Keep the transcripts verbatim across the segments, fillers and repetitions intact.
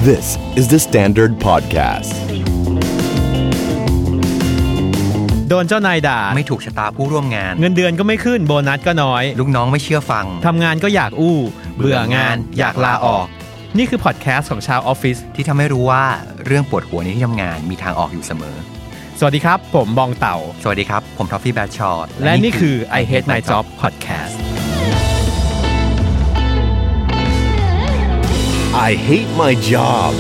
This is the Standard Podcast. โดนเจ้านายด่าไม่ถูกชะตาผู้ร่วมงานเงินเดือนก็ไม่ขึ้นโบนัสก็น้อยลูกน้องไม่เชื่อฟังทำงานก็อยากอู้เบื่องานอยากลาออกนี่คือพอดแคสต์ของชาวออฟฟิศที่ทำให้รู้ว่าเรื่องปวดหัวในที่ทำงานมีทางออกอยู่เสมอสวัสดีครับผมบองเต่าสวัสดีครับผมทอฟฟี่แบทชอตและนี่คือ I Hate My Job Podcast I hate my job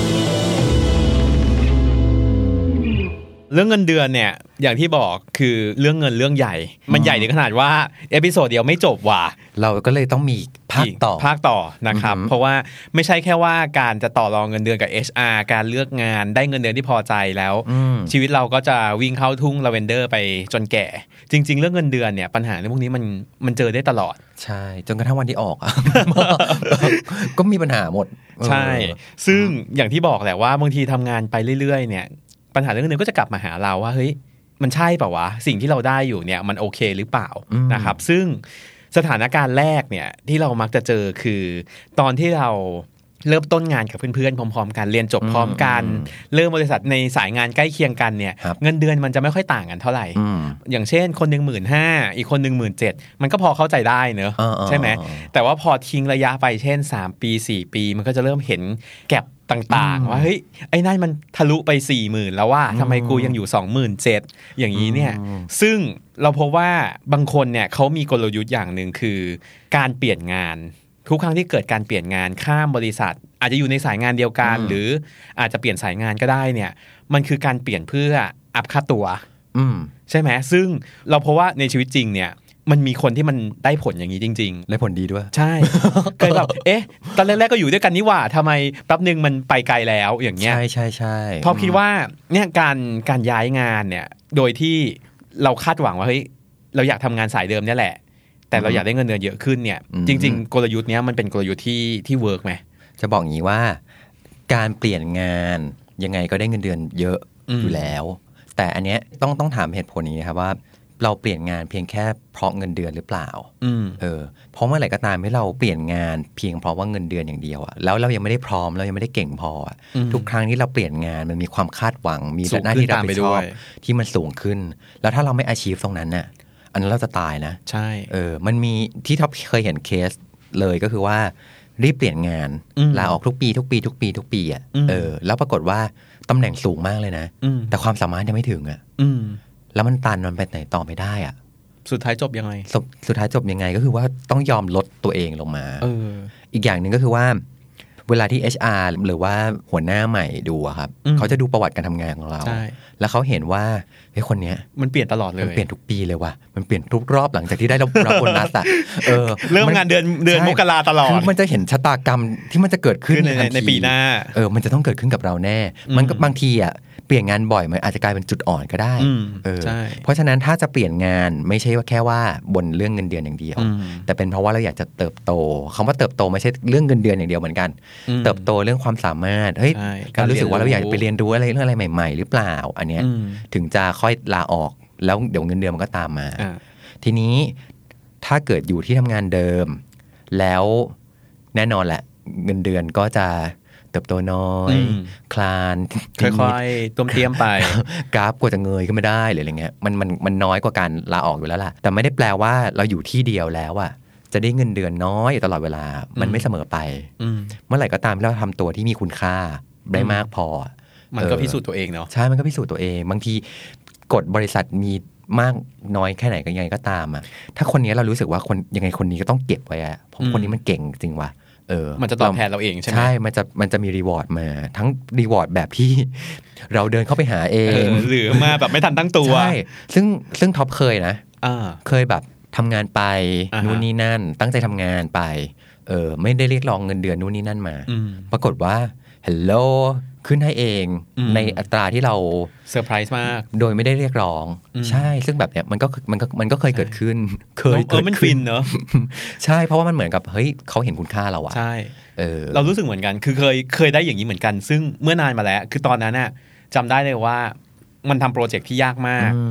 เรื่องเงินเดือนเนี่ยอย่างที่บอกคือเรื่องเงินเรื่องใหญ่มันใหญ่ถึงขนาดว่าเอพิโซดเดียวไม่จบว่ะเราก็เลยต้องมีภาคต่อภาคต่อนะครับเพราะว่าไม่ใช่แค่ว่าการจะต่อรองเงินเดือนกับ เอช อาร์ การเลือกงานได้เงินเดือนที่พอใจแล้วชีวิตเราก็จะวิ่งเข้าทุ่งลาเวนเดอร์ไปจนแก่จริงๆเรื่องเงินเดือนเนี่ยปัญหาในพวกนี้มันมันเจอได้ตลอดใช่จนกระทั่งวันที่ออก ก็มีปัญหาหมดใช่ซึ่งอย่างที่บอกแหละว่าบางทีทำงานไปเรื่อยๆเนี่ยปัญหาเรื่องนึงก็จะกลับมาหาเราว่าเฮ้ยมันใช่เปล่าวะสิ่งที่เราได้อยู่เนี่ยมันโอเคหรือเปล่านะครับซึ่งสถานการณ์แรกเนี่ยที่เรามักจะเจอคือตอนที่เราเริ่มต้นงานกับเพื่อนๆพร้อมๆกันเรียนจบพร้อมกันเริ่มบริษัทในสายงานใกล้เคียงกันเนี่ยเงินเดือนมันจะไม่ค่อยต่างกันเท่าไหร่อย่างเช่นคนนึง หนึ่งหมื่นห้าพัน อีกคนนึง หนึ่งหมื่นเจ็ดพัน มันก็พอเข้าใจได้เนอะใช่ไหมแต่ว่าพอทิ้งระยะไปเช่นสามปีสี่ปีมันก็จะเริ่มเห็นแก็บต่างๆว่าเฮ้ยไอ้นั่นมันทะลุไป สี่หมื่น แล้วว่าทำไมกูยังอยู่ สองหมื่นเจ็ดพัน อย่างนี้เนี่ยซึ่งเราพบว่าบางคนเนี่ยเขามีกลยุทธ์อย่างนึงคือการเปลี่ยนงานทุกครั้งที่เกิดการเปลี่ยนงานข้ามบริษัทอาจจะอยู่ในสายงานเดียวกันหรืออาจจะเปลี่ยนสายงานก็ได้เนี่ยมันคือการเปลี่ยนเพื่ออัพค่าตัวใช่ไหมซึ่งเราพบว่าในชีวิตจริงเนี่ยมันมีคนที่มันได้ผลอย่างนี้จริงๆได้ผลดีด้วยใช่ เคยแบบเอ๊ะตอนแรกๆก็อยู่ด้วยกันนี่หว่าทำไมแป๊บนึงมันไปไกลแล้วอย่างเงี้ยใช่ใช่ใช่พอคิดว่าเนี่ยการการย้ายงานเนี่ยโดยที่เราคาดหวังว่าเฮ้ยเราอยากทำงานสายเดิมนี่แหละแต่เราอยากได้เงินเดือนเยอะขึ้นเนี่ยจริงๆกลยุทธ์เนี้ยมันเป็นกลยุทธ์ที่ที่เวิร์กไหมจะบอกงี้ว่าการเปลี่ยนงานยังไงก็ได้เงินเดือนเยอะอยู่แล้วแต่อันเนี้ยต้องต้องถามเหตุผลนี้ครับว่าเราเปลี่ยนงานเพียงแค่เพราะเงินเดือนหรือเปล่าเออเพราะเมื่อไหร่ก็ตามที่เราเปลี่ยนงานเพียงเพราะว่าเงินเดือนอย่างเดียวอะแล้วเรายังไม่ได้พร้อมเรายังไม่ได้เก่งพอทุกครั้งที่เราเปลี่ยนงานมันมีความคาดหวังมีหน้าที่รับผิดชอบที่มันสูงขึ้นแล้วถ้าเราไม่ achieve ตรงนั้นน่ะอันนั้นเราจะตายนะใช่เออมันมีที่ท็อปเคยเห็นเคสเลยก็คือว่ารีบเปลี่ยนงานลาออกทุกปีทุกปีทุกปีทุกปีอ่ะเออแล้วปรากฏว่าตำแหน่งสูงมากเลยนะแต่ความสามารถยังไม่ถึงอ่ะแล้วมันตันมันไปไหนต่อไม่ได้อ่ะสุดท้ายจบยังไงสสุดท้ายจบยังไงก็คือว่าต้องยอมลดตัวเองลงมาเอออีกอย่างนึงก็คือว่าเวลาที่ เอช อาร์ หรือว่าหัวหน้าใหม่ดูอะครับเขาจะดูประวัติการทำงานของเราแล้วเขาเห็นว่าเฮ้ยคนเนี้ยมันเปลี่ยนตลอดเลยมันเปลี่ยนทุกปีเลยว่ะมันเปลี่ยนทุกรอบหลังจากที่ได้รับรับโบนัสอะเออเริ่มงานเดือนเดือนมกราตลอดคือมันจะเห็นชะตากรรมที่มันจะเกิดขึ้นในในปีหน้าเออมันจะต้องเกิดขึ้นกับเราแน่มันก็บางทีอะเปลี่ยนงานบ่อยมันอาจจะกลายเป็นจุดอ่อนก็ได้เออเพราะฉะนั้นถ้าจะเปลี่ยนงานไม่ใช่ว่าแค่ว่าบนเรื่องเงินเดือนอย่างเดียวแต่เป็นเพราะว่าเราอยากจะเติบโตคำว่าเติบโตไม่ใช่เรื่องเงินเดือนอย่างเดียวเหมือนกันเติบโตเรื่องความสามารถเฮ้ยการรู้สึกว่าเราอยากไปเรียนรู้อะไรเรื่องอะไรใหม่ๆหรือเปล่าอันเนี้ยถึงจะค่อยลาออกแล้วเดี๋ยวเงินเดือนมันก็ตามมาทีนี้ถ้าเกิดอยู่ที่ทำงานเดิมแล้วแน่นอนแหละเงินเดือนก็จะเติบโตน้อยคลานค่อยๆต้มเตี้ยมไปกราฟกว่าจะเงยขึ้นไม่ได้หรืออะไรเงี้ยมันมันมันน้อยกว่าการลาออกอยู่แล้วล่ะแต่ไม่ได้แปลว่าเราอยู่ที่เดียวแล้วอะจะได้เงินเดือนน้อยตลอดเวลามันไม่เสมอไปเมื่อไหร่ก็ตามที่เราทำตัวที่มีคุณค่าได้มากพอมันก็พิสูจน์ตัวเองเนาะใช่มันก็พิสูจน์ตัวเองบางทีกฎบริษัทมีมากน้อยแค่ไหนก็ยังไงก็ตามอะถ้าคนนี้เรารู้สึกว่าคนยังไงคนนี้ก็ต้องเก็บไว้อะเพราะคนนี้มันเก่งจริงว่ะเออมันจะตอบแทนเราเองใช่ไหมใช่มันจะมันจะมีรีวอร์ดมาทั้งรีวอร์ดแบบที่เราเดินเข้าไปหาเองหรือมาแบบไม่ทันตั้งตัวใช่ซึ่งซึ่งท็อปเคยนะเคยแบบทำงานไปนู่นนี่นั่นตั้งใจทำงานไปเออไม่ได้เรียกร้องเงินเดือนนู่นนี่นั่นมาปรากฏว่าฮัลโหลขึ้นให้เองในอัตราที่เราเซอร์ไพรส์มากโดยไม่ได้เรียกร้องใช่ซึ่งแบบเนี้ยมันก็มันก็มันก็เคยเกิดขึ้นเคยเออมันฟินเนอะใช่เพราะว่ามันเหมือนกับเฮ้ยเขาเห็นคุณค่าเราอะใช่เออเรารู้สึกเหมือนกันคือเคยเคยได้อย่างนี้เหมือนกันซึ่งเมื่อนานมาแล้วคือตอนนั้นน่ะจำได้เลยว่ามันทำโปรเจกต์ที่ยากมาก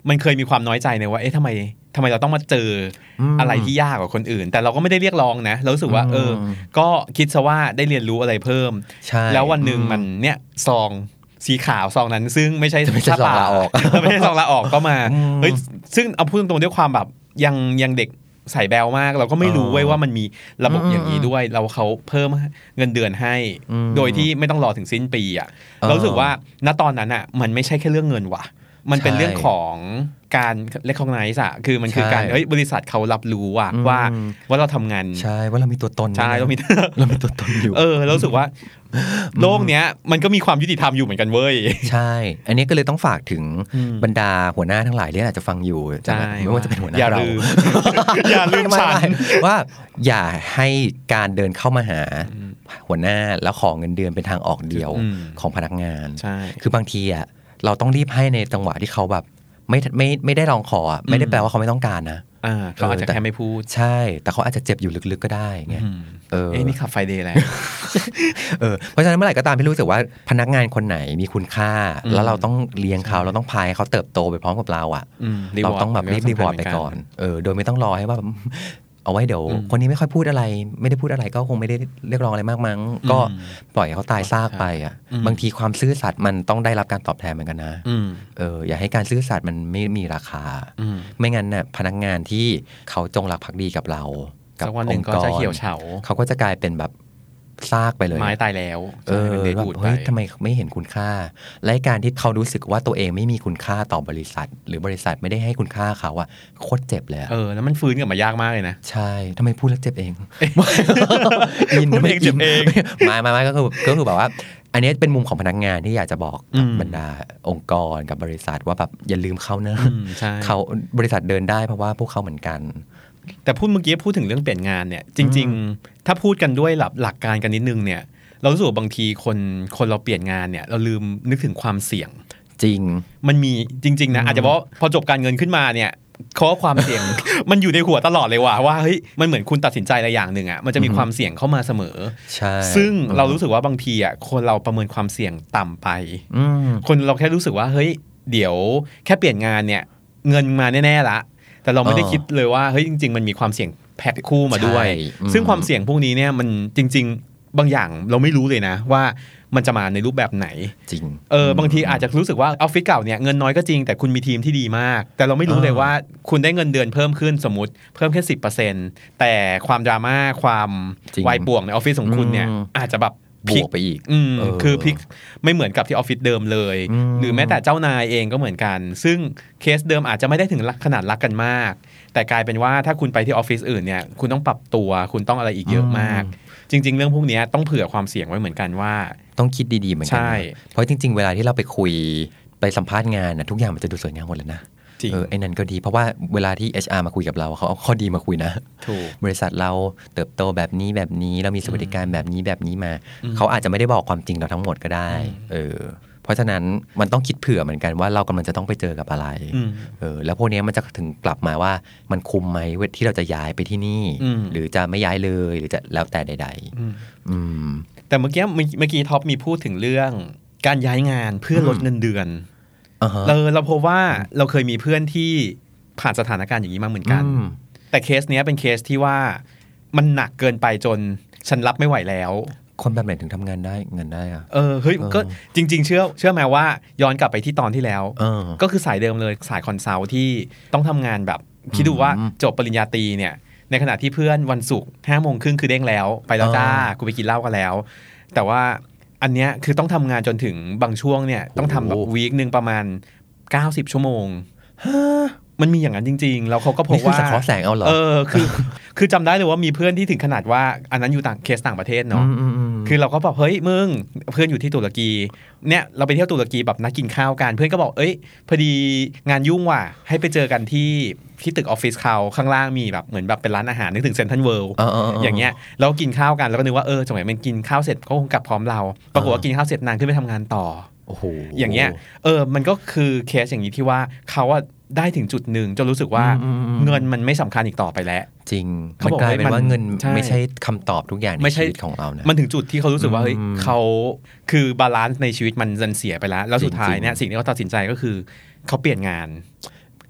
มันเคยมีความน้อยใจในว่าเอ๊ะทำไมทำไมเราต้องมาเจออะไรที่ยากกว่าคนอื่นแต่เราก็ไม่ได้เรียกร้องนะเรารู้สึกว่าเออก็คิดซะว่าได้เรียนรู้อะไรเพิ่มแล้ววันนึงมันเนี่ยซองสีขาวซองนั้นซึ่งไม่ใช่ไม่ใช่ซองลาออกไม่ใช่ซองลาออกก็มาเฮ้ยซึ่งเอาพูดตรงๆด้วยความแบบยังยังเด็กใส่แบลมากเราก็ไม่รู้ไว้ว่ามันมีระบบอย่างนี้ด้วยเราเขาเพิ่มเงินเดือนให้โดยที่ไม่ต้องรอถึงสิ้นปีอ่ะเรารู้สึกว่าณตอนนั้นอ่ะมันไม่ใช่แค่เรื่องเงินว่ะมันเป็นเรื่องของการ recognize อ่ะคือมันคือการเฮ้ยบริษัทเขารับรู้อ่ะว่าว่าเราทำงานใช่ว่าเรามีตัวตนใช่เรามีเรามีตัวตนอยู่เออเรารู้สึกว่าโลกเนี้ยมันก็มีความยุติธรรมอยู่เหมือนกันเว้ยใช่อันนี้ก็เลยต้องฝากถึงบรรดาหัวหน้าทั้งหลายที่อาจจะฟังอยู่ไม่ว่าจะเป็นหัวหน้าเราอย่าลืมฉันว่าอย่าให้การเดินเข้ามาหาหัวหน้าแล้วขอเงินเดือนเป็นทางออกเดียวของพนักงานคือบางทีอ่ะเราต้องรีบให้ในจังหวะที่เขาแบบไม่ไม่ไม่ได้ลองขอไม่ได้แปลว่าเขาไม่ต้องการนะเขาอาจจะแค่ไม่พูดใช่แต่เขาอาจจะเจ็บอยู่ลึกๆก็ได้ไงเออนี่ขับไฟเดย์แล้วเออเพราะฉะนั้นเมื่อไหร่ก็ตามที่รู้สึกว่าพนักงานคนไหนมีคุณค่าแล้วเราต้องเลี้ยงเขาเราต้องพายเขาเติบโตไปพร้อมกับเราอ่ะเราต้องแบบรีบรีวอร์ดไปก่อนเออโดยไม่ต้องรอให้ว่าเอาไว้เดี๋ยวคนนี้ไม่ค่อยพูดอะไรไม่ได้พูดอะไรก็คงไม่ได้เรียกร้องอะไรมากมั้งก็ปล่อยเขาตายซากไปอ่ะบางทีความซื่อสัตย์มันต้องได้รับการตอบแทนเหมือนกันนะเอออย่าให้การซื่อสัตย์มันไม่มีราคาไม่งั้นน่ะพนักงานที่เขาจงรักภักดีกับเรากับองค์กรเขาก็จะกลายเป็นแบบซากไปเลยไม้ตายแล้วเออแบบเฮ้ยทำไมไม่เห็นคุณค่าและการที่เขารู้สึกว่าตัวเองไม่มีคุณค่าต่อบริษัทหรือบริษัทไม่ได้ให้คุณค่าเขาอะโคตรเจ็บเลยเออแล้วมันฟื้นกลับมายากมากเลยนะใช่ทำไมพูดแล้วเจ็บเองพูดเองเจ็บเองมามาก็คือก็คือแบบว่าอันนี้เป็นมุมของพนักงานที่อยากจะบอกกับบรรดาองค์กรกับบริษัทว่าแบบอย่าลืมเขาเนอะเขาบริษัทเดินได้เพราะว่าพวกเขาเหมือนกันแต่พูดเมื่อกี้พูดถึงเรื่องเปลี่ยนงานเนี่ยจริงๆถ้าพูดกันด้วยหลักหลักการกันนิดนึงเนี่ยเรารู้สึกว่าบางทีคนคนเราเปลี่ยนงานเนี่ยเราลืมนึกถึงความเสี่ยงจริงมันมีจริงๆนะอาจจะเพราะพอจบการเงินขึ้นมาเนี่ยเขาว่าความเสี่ยง มันอยู่ในหัวตลอดเลยว่ะว่าเฮ้ยมันเหมือนคุณตัดสินใจอะไรอย่างหนึ่งอ่ะมันจะมีความเสี่ยงเข้ามาเสมอใช่ซึ่งเรารู้สึกว่าบางทีอ่ะคนเราประเมินความเสี่ยงต่ำไปคนเราแค่รู้สึกว่าเฮ้ยเดี๋ยวแค่เปลี่ยนงานเนี่ยเงินมาแน่ๆละแต่เราไม่ได้คิดเลยว่าเฮ้ยจริงๆมันมีความเสี่ยงแพ็คคู่มาด้วยซึ่งความเสี่ยงพวกนี้เนี่ยมันจริงๆบางอย่างเราไม่รู้เลยนะว่ามันจะมาในรูปแบบไหนจริงเออบางทีอาจจะรู้สึกว่าออฟฟิศเก่าเนี่ยเงินน้อยก็จริงแต่คุณมีทีมที่ดีมากแต่เราไม่รู้เลยว่าคุณได้เงินเดือนเพิ่มขึ้นสมมุติเพิ่มแค่ สิบเปอร์เซ็นต์ แต่ความดราม่าความวายป่วงในออฟฟิศของคุณเนี่ยอาจจะแบบบวกไปอีกอืมคือพลิกไม่เหมือนกับที่ออฟฟิศเดิมเลยหรือแม้แต่เจ้านายเองก็เหมือนกันซึ่งเคสเดิมอาจจะไม่ได้ถึงขนาดรักกันมากแต่กลายเป็นว่าถ้าคุณไปที่ออฟฟิศอื่นเนี่ยคุณต้องปรับตัวคุณต้องอะไรอีกเยอะมากจริงๆเรื่องพวกนี้ต้องเผื่อความเสี่ยงไว้เหมือนกันว่าต้องคิดดีๆเหมือนกันเพราะจริงๆเวลาที่เราไปคุยไปสัมภาษณ์งานนะทุกอย่างมันจะดูสวยงามหมดเลยนะเออไอ้นั่นก็ดีเพราะว่าเวลาที่ เอช อาร์ มาคุยกับเราเขาเอาข้อดีมาคุยนะบริษัทเราเติบโตแบบนี้แบบนี้เรามีสวัสดิการแบบนี้แบบนี้มาเขาอาจจะไม่ได้บอกความจริงเราทั้งหมดก็ได้เออเพราะฉะนั้นมันต้องคิดเผื่อเหมือนกันว่าเรากำลังจะต้องไปเจอกับอะไรเออแล้วพวกนี้มันจะถึงกลับมาว่ามันคุ้มไหมที่เราจะย้ายไปที่นี่หรือจะไม่ย้ายเลยหรือจะแล้วแต่ใดๆแต่เมื่อกี้เมื่อกี้ท็อปมีพูดถึงเรื่องการย้ายงานเพื่อลดเงินเดือนเราเราพบว่าเราเคยมีเพื่อนที่ผ่านสถานการณ์อย่างนี้มาเหมือนกันแต่เคสเนี้ยเป็นเคสที่ว่ามันหนักเกินไปจนฉันรับไม่ไหวแล้วคนแบบไหนถึงทำงานได้เงินได้อะเออเฮ้ยก็จริงๆเชื่อเชื่อไหมว่าย้อนกลับไปที่ตอนที่แล้วก็คือสายเดิมเลยสายคอนซัลท์ที่ต้องทำงานแบบคิดดูว่าจบปริญญาตรีเนี่ยในขณะที่เพื่อนวันศุกร์ห้าโมงครึ่งคือเด้งแล้วไปแล้วจ้ากูไปกินเหล้ากันแล้วแต่ว่าอันเนี้ยคือต้องทำงานจนถึงบางช่วงเนี่ยต้องทำแบบวีคนึงประมาณเก้าสิบชั่วโมงมันมีอย่างนั้นจริงๆแล้วเขาก็พบว่าสะท้อแสงเอาเหรอเออคือคือจำได้เลยว่ามีเพื่อนที่ถึงขนาดว่าอันนั้นอยู่ต่างเคสต่างประเทศเนาะคือเราก็บอกเฮ้ยมึงเพื่อนอยู่ที่ตุรกีเนี่ยเราไปเที่ยวตุรกีแบบนัดกินข้าวกันเพื่อนก็บอกเอ้ยพอดีงานยุ่งว่ะให้ไปเจอกันที่ที่ตึกออฟฟิศเขาข้างล่างมีแบบเหมือนแบบเป็นร้านอาหารนึกถึงเซ็นทรัลเวิลด์อย่างเงี้ยแล้วกินข้าวกันแล้วก็นึกว่าเออสมัยมันกินข้าวเสร็จก็คงกลับพร้อมเราปรากฏว่ากินข้าวเสร็จนางขึ้นไปทำงานต่อโอ้โหอย่างเงี้ยเออมันก็คือเคสอย่างนี้ที่ว่าเขาอะได้ถึงจุดหนึ่งจนรู้สึกว่าเงินมันไม่สำคัญอีกต่อไปแล้วจริงมันกลายเป็นว่าเงินไม่ใช่คำตอบทุกอย่างในชีวิตของเรานะมันถึงจุดที่เขารู้สึกว่าเฮ้ยเขาคือบาลานซ์ในชีวิตมันเสียไปแล้วแล้วสุดท้ายเนี่ยสิ่งที่เขาตัดสินใจก็คือเขาเปลี่ยนงาน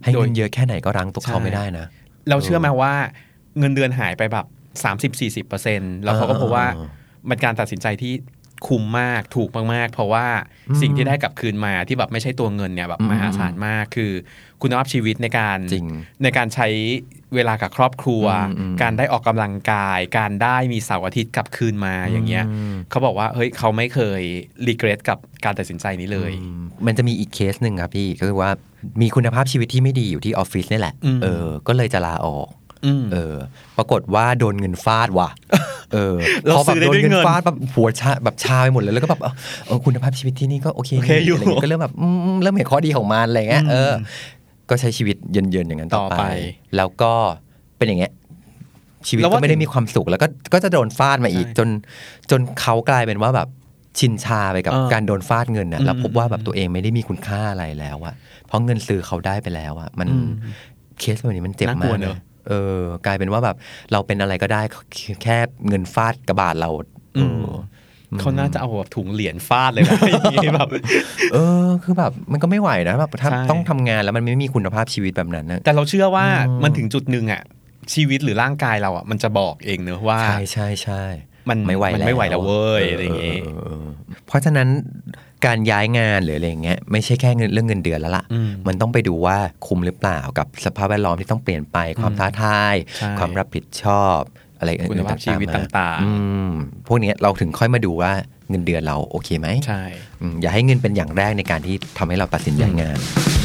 ให้เงินเยอะแค่ไหนก็รั้งตัวเขาไม่ได้นะเราเชื่อไหมว่าเงินเดือนหายไปแบบ สามสิบถึงสี่สิบเปอร์เซ็นต์ แล้วเขาก็พบว่ามันการตัดสินใจที่คุ้มมากถูกมากๆเพราะว่าสิ่งที่ได้กลับคืนมาที่แบบไม่ใช่ตัวเงินเนี่ยแบบมหาศาลมากคือคุณภาพชีวิตในการในการใช้เวลากับครอบครัวการได้ออกกำลังกายการได้มีเสาร์อาทิตย์กลับคืนมาอย่างเงี้ยเขาบอกว่าเฮ้ยเขาไม่เคยรีเกรสกับการตัดสินใจนี้เลยมันจะมีอีกเคสหนึ่งครับพี่ก็คือว่ามีคุณภาพชีวิตที่ไม่ดีอยู่ที่ออฟฟิศนี่แหละเออก็เลยจะลาออกเออปรากฏว่าโดนเงินฟาดว่ะเออพอแบบโดนเงินฟาดแบบหัวชาแบบชาไปหมดเลยแล้วก็แบบเออคุณภาพชีวิตที่นี่ก็โอเคอยู่ก็เริ่มแบบเริ่มเห็นข้อดีของมันอะไรเงี้ยเออก็ใช้ชีวิตเย็นๆอย่างนั้นต่อไปแล้วก็เป็นอย่างเงี้ยชีวิตก็ไม่ได้มีความสุขแล้วก็ก็จะโดนฟาดมาอีกจนจนเขากลายเป็นว่าแบบชินชาไปกับการโดนฟาดเงินน่ะแล้วพบว่าแบบตัวเองไม่ได้มีคุณค่าอะไรแล้วอะเพราะเงินซื้อเขาได้ไปแล้วอะมันเคสแบบนี้มันเจ็บมากเลยเออกลายเป็นว่าแบบเราเป็นอะไรก็ได้แค่เงินฟาดกระบาดเราเออเขาน่าจะเอาแบบถุงเหรียญฟาดเลยนะแบบเออคือแบบมันก็ไม่ไหวนะแบบถ้าต้องทำงานแล้วมันไม่มีคุณภาพชีวิตแบบนั้นนะแต่เราเชื่อว่ามันถึงจุดนึงอ่ะชีวิตหรือร่างกายเราอ่ะมันจะบอกเองเนอะว่าใช่ใช่ใช่มันไม่ไหวแล้วไม่ไหวแล้วเว้ยอะไรอย่างเงี้ยเพราะฉะนั้นการย้ายงานหรืออะไรอย่างเงี้ยไม่ใช่แค่เรื่องเงินเดือนแล้วล่ะมันต้องไปดูว่าคุ้มหรือเปล่ากับสภาพแวดล้อมที่ต้องเปลี่ยนไปความท้าทายความรับผิดชอบอะไรอื่นๆชีวิตต่างๆพวกนี้เราถึงค่อยมาดูว่าเงินเดือนเราโอเคไหมใช่อย่าให้เงินเป็นอย่างแรกในการที่ทำให้เราตัดสินใจงาน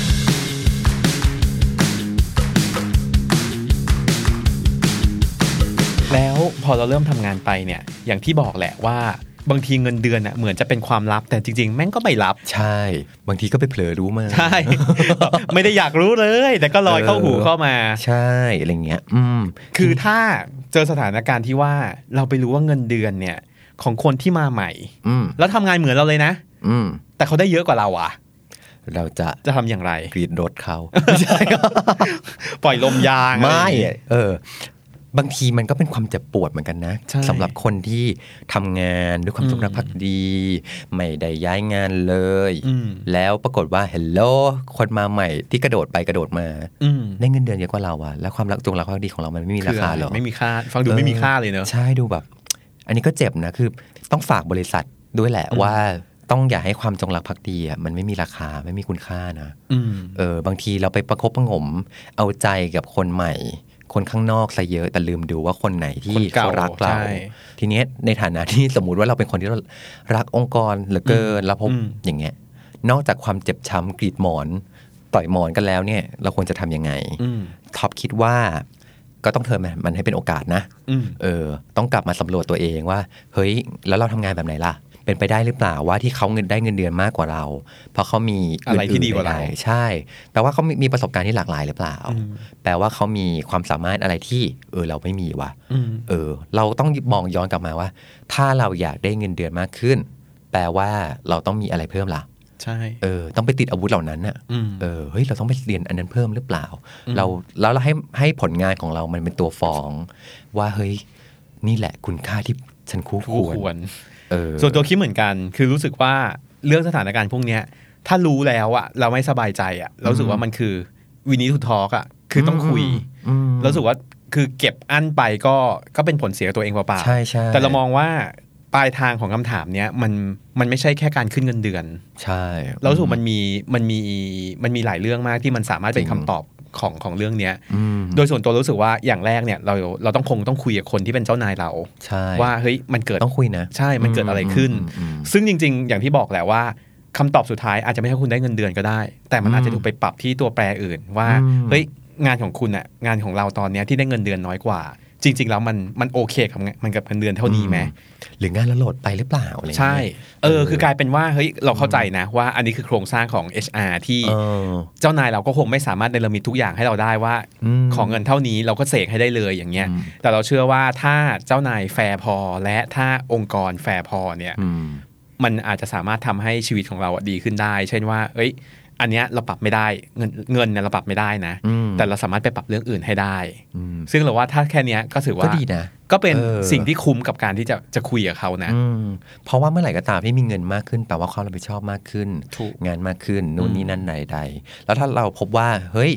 แล้วพอเราเริ่มทำงานไปเนี่ยอย่างที่บอกแหละว่าบางทีเงินเดือนอ่ะเหมือนจะเป็นความลับแต่จริงๆแม่งก็ไม่ลับใช่บางทีก็ไปเผลอรู้มาใช่ ไม่ได้อยากรู้เลยแต่ก็ลอยเข้าหูเข้ามาใช่อะไรเงี้ยอืมคือถ้าเจอสถานการณ์ที่ว่าเราไปรู้ว่าเงินเดือนเนี่ยของคนที่มาใหม่แล้วทำงานเหมือนเราเลยนะแต่เขาได้เยอะกว่าเราอ่ะเราจะจะทำอย่างไรกรีดรถเขาใช่ปล่อยลมยางไม่เออบางทีมันก็เป็นความเจ็บปวดเหมือนกันนะสำหรับคนที่ทำงานด้วยความจงรักภักดีไม่ได้ย้ายงานเลยแล้วปรากฏว่าเฮลโลคนมาใหม่ที่กระโดดไปกระโดดมาได้เงินเดือนเยอะกว่าเราอะแล้วความรักจงรักภักดีของเรามันไม่มีราคาหรอไม่มีค่าฟังดูไม่มีค่าเลยเนอะใช่ดูแบบอันนี้ก็เจ็บนะคือต้องฝากบริษัทด้วยแหละว่าต้องอย่าให้ความจงรักภักดีอ่ะมันไม่มีราคาไม่มีคุณค่านะเออบางทีเราไปประคบประงมเอาใจกับคนใหม่คนข้างนอกซะเยอะแต่ลืมดูว่าคนไหนที่เขารักเราทีนี้ในฐานะที่สมมุติว่าเราเป็นคนที่รักองค์กรเหลือเกินแล้วพบอย่างเงี้ยนอกจากความเจ็บช้ำกรีดหมอนต่อยหมอนกันแล้วเนี่ยเราควรจะทำยังไงท็อปคิดว่าก็ต้องเทิร์นมันให้เป็นโอกาสนะเออต้องกลับมาสำรวจตัวเองว่าเฮ้ยแล้วเราทำงานแบบไหนล่ะเป็นไปได้หรือเปล่าว่าที่เขาเงินได้เงินเดือนมากกว่าเราเพราะเขามีอะไรที่ดีกว่าเราใช่แปลว่าเขามีประสบการณ์ที่หลากหลายหรือเปล่าแปลว่าเขามีความสามารถอะไรที่เออเราไม่มีว่ะเออเราต้องมองย้อนกลับมาว่าถ้าเราอยากได้เงินเดือนมากขึ้นแปลว่าเราต้องมีอะไรเพิ่มล่ะใช่เออต้องไปติดอาวุธเหล่านั้นน่ะเออเฮ้ยเราต้องไปเรียนอันนั้นเพิ่มหรือเปล่าเราแล้วเราให้ให้ผลงานของเรามันเป็นตัวฟ้องว่าเฮ้ยนี่แหละคุณค่าที่ฉันคู่ควรส่วนตัวคิดเหมือนกันคือรู้สึกว่าเรื่องสถานการณ์พวกนี้ถ้ารู้แล้วอะเราไม่สบายใจอะเราสึกว่ามันคือวินิทูทอล์กอะคือต้องคุยเราสึกว่าคือเก็บอั้นไปก็ก็เป็นผลเสียกับตัวเองเปล่าๆแต่เรามองว่าปลายทางของคำถามเนี้ยมันมันไม่ใช่แค่การขึ้นเงินเดือนใช่เราสึกมันมีมันมีมันมีหลายเรื่องมากที่มันสามารถเป็นคำตอบของของเรื่องเนี้ยโดยส่วนตัวรู้สึกว่าอย่างแรกเนี่ยเราเราต้องคงต้องคุยกับคนที่เป็นเจ้านายเราว่าเฮ้ยมันเกิดต้องคุยนะใช่มันเกิดอะไรขึ้นซึ่งจริงๆอย่างที่บอกแหละว่าคำตอบสุดท้ายอาจจะไม่ใช่คุณได้เงินเดือนก็ได้แต่มันอาจจะถูกไปปรับที่ตัวแปรอื่นว่าเฮ้ยงานของคุณอ่ะงานของเราตอนนี้ที่ได้เงินเดือนน้อยกว่าจริงๆแล้วมันมันโอเคกับมันกับเงินเดือนเท่านี้ไหมหรืองานละโหลดไปหรือเปล่าอะไรใช่เออคือกลายเป็นว่าเฮ้ยเราเข้าใจนะว่าอันนี้คือโครงสร้างของ เอช อาร์ ที่เจ้านายเราก็คงไม่สามารถเนรมิตทุกอย่างให้เราได้ว่าของเงินเท่านี้เราก็เสกให้ได้เลยอย่างเงี้ยแต่เราเชื่อว่าถ้าเจ้านายแฟร์พอและถ้าองค์กรแฟร์พอเนี่ยมันอาจจะสามารถทำให้ชีวิตของเราดีขึ้นได้เช่นว่าเอ้ยอันเนี้ยเราปรับไม่ได้เงินเงินเนี่ยเราปรับไม่ได้นะแต่เราสามารถไปปรับเรื่องอื่นให้ได้ซึ่งเราว่าถ้าแค่นี้ก็ถือว่าก็ดีนะก็เป็นสิ่งที่คุ้มกับการที่จะจะคุยกับเขานะเพราะว่าเมื่อไหร่ก็ตามที่มีเงินมากขึ้นแปลว่าความรับผิดชอบมากขึ้นงานมากขึ้นนู่นนี่นั่นใดๆแล้วถ้าเราพบว่าเฮ้ย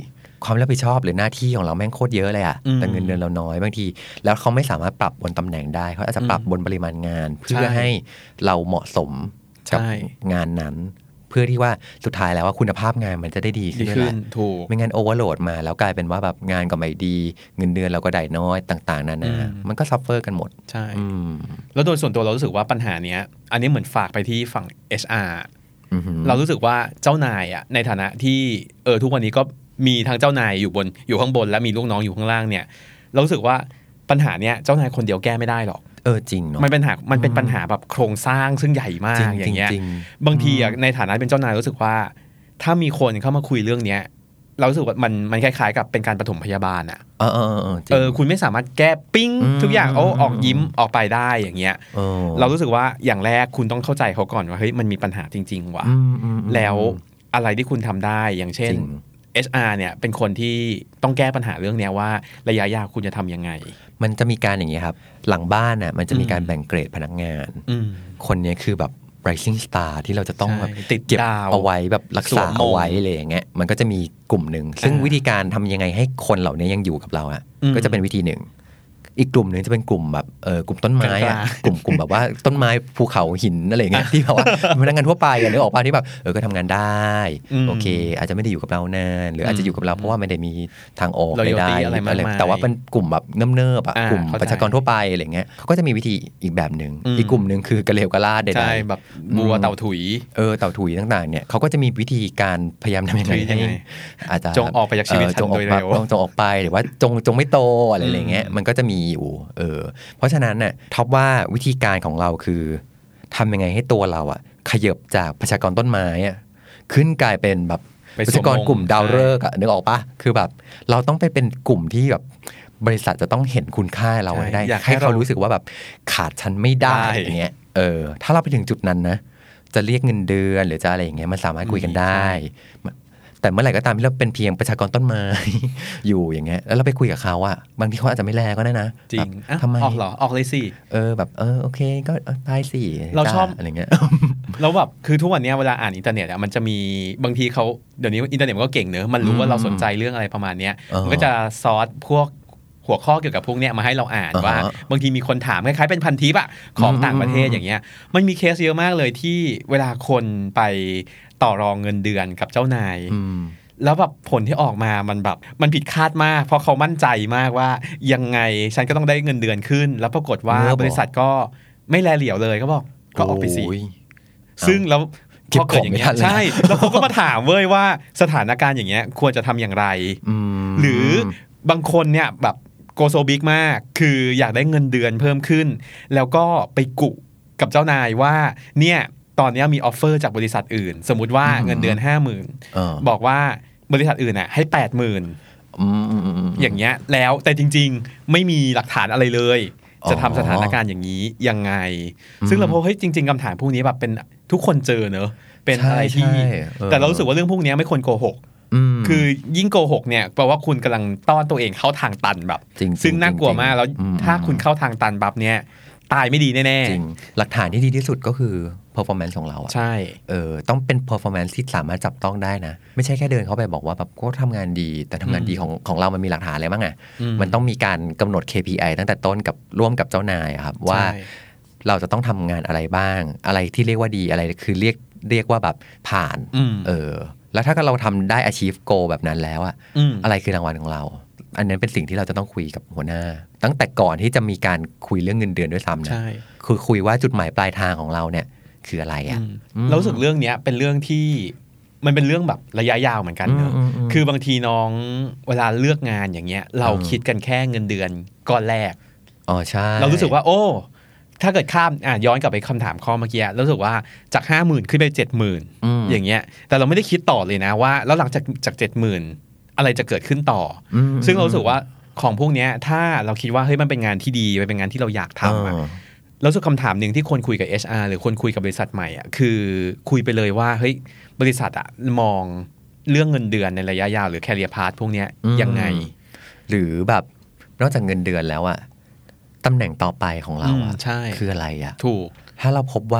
ความรับผิดชอบหรือหน้าที่ของเราแม่งโคตรเยอะเลยอะแต่เงินเดือนเราน้อยบางทีแล้วเขาไม่สามารถปรับบนตำแหน่งได้เขาอาจจะปรับบนปริมาณงานเพื่อให้เราเหมาะสมกับงานนั้นเพื่อที่ว่าสุดท้ายแล้วว่าคุณภาพงานมันจะได้ดีขึ้นด้วยแหละไม่งั้นโอเวอร์โหลดมาแล้วกลายเป็นว่าแบบงานก็ไม่ดีเงินเดือนเราก็ได้น้อยต่างๆนานามันก็ซัฟเฟอร์กันหมดใช่แล้วโดยส่วนตัวเรารู้สึกว่าปัญหาเนี้ยอันนี้เหมือนฝากไปที่ฝั่ง เอช อาร์ เรารู้สึกว่าเจ้านายอ่ะในฐานะที่เออทุกวันนี้ก็มีทั้งเจ้านายอยู่บนอยู่ข้างบนและมีลูกน้องอยู่ข้างล่างเนี่ยเรารู้สึกว่าปัญหาเนี้ยเจ้านายคนเดียวแก้ไม่ได้หรอกเออจริงเนาะมันเป็นปัญหามันเป็นปัญหาแบบโครงสร้างซึ่งใหญ่มากอย่างเงี้ยบางทีอ่ะในฐานะเป็นเจ้านายรู้สึกว่าถ้ามีคนเข้ามาคุยเรื่องเนี้ยเรารู้สึกว่ามันมันคล้ายๆกับเป็นการปฐมพยาบาลอ่ะเออเออเออเออคุณไม่สามารถแก้ปิ้งทุกอย่างโอ้ออกยิ้มออกไปได้อย่างเงี้ยเรารู้สึกว่าอย่างแรกคุณต้องเข้าใจเขาก่อนว่าเฮ้ยมันมีปัญหาจริงๆว่ะแล้วอะไรที่คุณทำได้อย่างเช่น เอช อาร์ เนี่ยเป็นคนที่ต้องแก้ปัญหาเรื่องนี้ว่าระยะยาวคุณจะทำยังไงมันจะมีการอย่างนี้ครับหลังบ้านน่ะมันจะมีการแบ่งเกรดพนักงานคนนี้คือแบบ rising star ที่เราจะต้องแบบติดเก็บเอาไว้แบบรักษาเอาไว้อะไรอย่างเงี้ยมันก็จะมีกลุ่มหนึ่งซึ่งวิธีการทำยังไงให้คนเหล่านี้ยังอยู่กับเราอ่ะก็จะเป็นวิธีหนึ่งอีกกลุ่มหนึ่งจะเป็นกลุ่มแบบเออกลุ่มต้นไม้อะกลุ่มกลุ่มแบบว่าต้นไม้ภูเขาหินอะไรเงี้ยที่แบบว่าพนักงานทั่วไปอะนึกออกป่ะที่แบบเออก็ทำงานได้โอเคอาจจะไม่ได้อยู่กับเรานานหรืออาจจะอยู่กับเราเพราะว่าไม่ได้มีทางออกใดๆอะไรแต่ว่าเป็นกลุ่มแบบเนิบๆอะกลุ่มประชากรทั่วไปอะไรเงี้ยเขาก็จะมีวิธีอีกแบบนึงอีกกลุ่มนึงคือกระเลวกระลาดใดๆแบบบัวเต่าถุยเออเต่าถุยต่างๆเนี่ยเขาก็จะมีวิธีการพยายามทำยังไงให้อาจจะจงออกไปจากชีวิตฉันโดยเร็วจงออกไปหรือว่าจงจงไม่โตอะไรอย่างเงี้ยมันก็จะมีอยู่เออเพราะฉะนั้นน่ะท็อปว่าวิธีการของเราคือทำยังไงให้ตัวเราอ่ะขยับจากประชากรต้นไม้อ่ะขึ้นกลายเป็นแบบประชากรกลุ่มดาวฤกษ์อ่ะนึกออกปะคือแบบเราต้องไปเป็นกลุ่มที่แบบบริษัทจะต้องเห็นคุณค่าเราได้ให้เขารู้สึกว่าแบบขาดฉันไม่ได้อย่างเงี้ยเออถ้าเราไปถึงจุดนั้นนะจะเรียกเงินเดือนหรือจะอะไรอย่างเงี้ยมันสามารถคุยกันได้แต่เมื่อไหร่ก็ตามที่เราเป็นเพียงประชากรต้นไม้ อยู่อย่างเงี้ยแล้วเราไปคุยกับเขาอะบางทีเขาอาจจะไม่แลก็ได้นะจริงทำไมออกเหรอออกเลยสิเออแบบเออโอเคก็ไปสิเราชอบอะไรเงี้ยแล้วแบบคือทุกวันนี้เวลาอ่านอินเทอร์เน็ตอะมันจะมีบางทีเขาเดี๋ยวนี้อินเทอร์เน็ตมันก็เก่งเนอะมันรู้ว่าเราสนใจเรื่องอะไรประมาณเนี้ยมันก็จะซอสพวกหัวข้อเกี่ยวกับพวกเนี้ยมาให้เราอ่านว่าบางทีมีคนถามคล้ายๆเป็นพันทิปอะของต่างประเทศอย่างเงี้ยมันมีเคสเยอะมากเลยที่เวลาคนไปต่อรองเงินเดือนกับเจ้านายแล้วแบบผลที่ออกมามันแบบมันผิดคาดมากเพราะเขามั่นใจมากว่ายังไงฉันก็ต้องได้เงินเดือนขึ้นแล้วปรากฏว่าบริษัทก็ไม่แลเหลียวเลยก็บอกก็ออกไปสิซึ่งแล้วพอเกิดอย่างเงี้ยใช่แล้วเขาก็มาถามเว้ยว่าสถานการณ์อย่างเงี้ยควรจะทำอย่างไรหรือบางคนเนี่ยแบบโกโซบิ๊กมากคืออยากได้เงินเดือนเพิ่มขึ้นแล้วก็ไปกุกับเจ้านายว่าเนี่ยตอนนี้มีออฟเฟอร์จากบริษัทอื่นสมมุติว่าเงินเดือน ห้าหมื่น บอกว่าบริษัทอื่นน่ะให้ แปดหมื่น อย่างเงี้ยแล้วแต่จริงๆไม่มีหลักฐานอะไรเลยจะทำสถานการณ์อย่างนี้ยังไงซึ่งเราพบเฮ้ยจริงๆคำถามพวกนี้แบบเป็นทุกคนเจอเนอะเป็นอะไรที่แต่เรารู้สึกว่าเรื่องพวกนี้ไม่ควรโกหกคือยิ่งโกหกเนี่ยแปลว่าคุณกำลังต้อนตัวเองเข้าทางตันแบบซึ่งน่ากลัวมากแล้วถ้าคุณเข้าทางตันแบบเนี้ยตายไม่ดีแน่ๆจริงหลักฐานที่ดีที่สุดก็คือ performance ของเราอ่ะใช่เออต้องเป็น performance ที่สามารถจับต้องได้นะไม่ใช่แค่เดินเข้าไปบอกว่าแบบก็ทำงานดีแต่ทำงานดีของของเรามันมีหลักฐานอะไรบ้างอ่ะมันต้องมีการกำหนด เค พี ไอ ตั้งแต่ต้นกับร่วมกับเจ้านายครับว่าเราจะต้องทำงานอะไรบ้างอะไรที่เรียกว่าดีอะไรคือเรียกเรียกว่าแบบผ่านเออแล้วถ้าเราทำได้ achieve goal แบบนั้นแล้วอ่ะอะไรคือรางวัลของเราอันนั้นเป็นสิ่งที่เราจะต้องคุยกับหัวหน้าตั้งแต่ก่อนที่จะมีการคุยเรื่องเงินเดือนด้วยซ้ำนะคือคุยว่าจุดหมายปลายทางของเราเนี่ยคืออะไรอ่ะเรารู้สึกเรื่องนี้เป็นเรื่องที่มันเป็นเรื่องแบบระยะยาวเหมือนกันเนอะคือบางทีน้องเวลาเลือกงานอย่างเงี้ยเราคิดกันแค่เงินเดือนก้อนแรกอ๋อใช่เรารู้สึกว่าโอ้ถ้าเกิดข้ามอ่ะย้อนกลับไปคำถามข้อเมื่อกี้รู้สึกว่าจาก ห้าหมื่น ขึ้นไป เจ็ดหมื่น อย่างเงี้ยแต่เราไม่ได้คิดต่อเลยนะว่าแล้วหลังจากจาก เจ็ดหมื่นอะไรจะเกิดขึ้นต่อซึ่งเรารู้สึกว่าของพวกนี้ถ้าเราคิดว่าเฮ้ยมันเป็นงานที่ดีมันเป็นงานที่เราอยากทำอ่ะแล้วสุดคำถามหนึ่งที่คนคุยกับ เอช อาร์ หรือคนคุยกับบริษัทใหม่อ่ะคือคุยไปเลยว่าเฮ้ยบริษัทอ่ะมองเรื่องเงินเดือนในระยะยาวหรือ career path พวกนี้ยังไงหรือแบบนอกจากเงินเดือนแล้วอ่ะตำแหน่งต่อไปของเราอ่ะคืออะไรอ่ะถูกถ้าเราพบว่า